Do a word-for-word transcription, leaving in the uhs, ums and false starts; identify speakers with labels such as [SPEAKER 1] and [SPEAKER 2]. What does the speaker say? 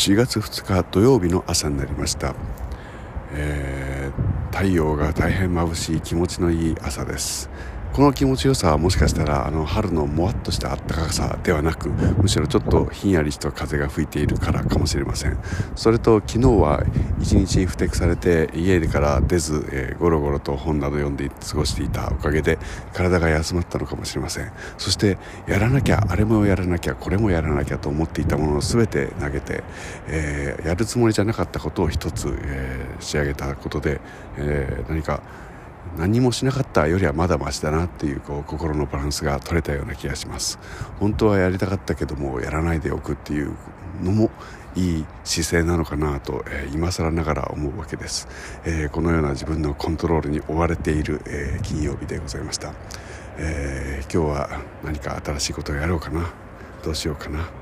[SPEAKER 1] しがつふつか土曜日の朝になりました。えー、太陽が大変眩しい気持ちのいい朝です。この気持ちよさはもしかしたらあの春のもわっとした暖かさではなく、むしろちょっとひんやりと風が吹いているからかもしれません。それと昨日は一日不適されて家から出ず、えー、ゴロゴロと本など読んで過ごしていたおかげで体が休まったのかもしれません。そしてやらなきゃ、あれもやらなきゃ、これもやらなきゃと思っていたものを全て投げて、えー、やるつもりじゃなかったことを一つ、えー、仕上げたことで、えー、何か何もしなかったよりはまだマシだなっていう、こう心のバランスが取れたような気がします。本当はやりたかったけどもやらないでおくっていうのもいい姿勢なのかなと、えー、今更ながら思うわけです。えー、このような自分のコントロールに追われている、えー、金曜日でございました。えー、今日は何か新しいことをやろうかな、どうしようかな。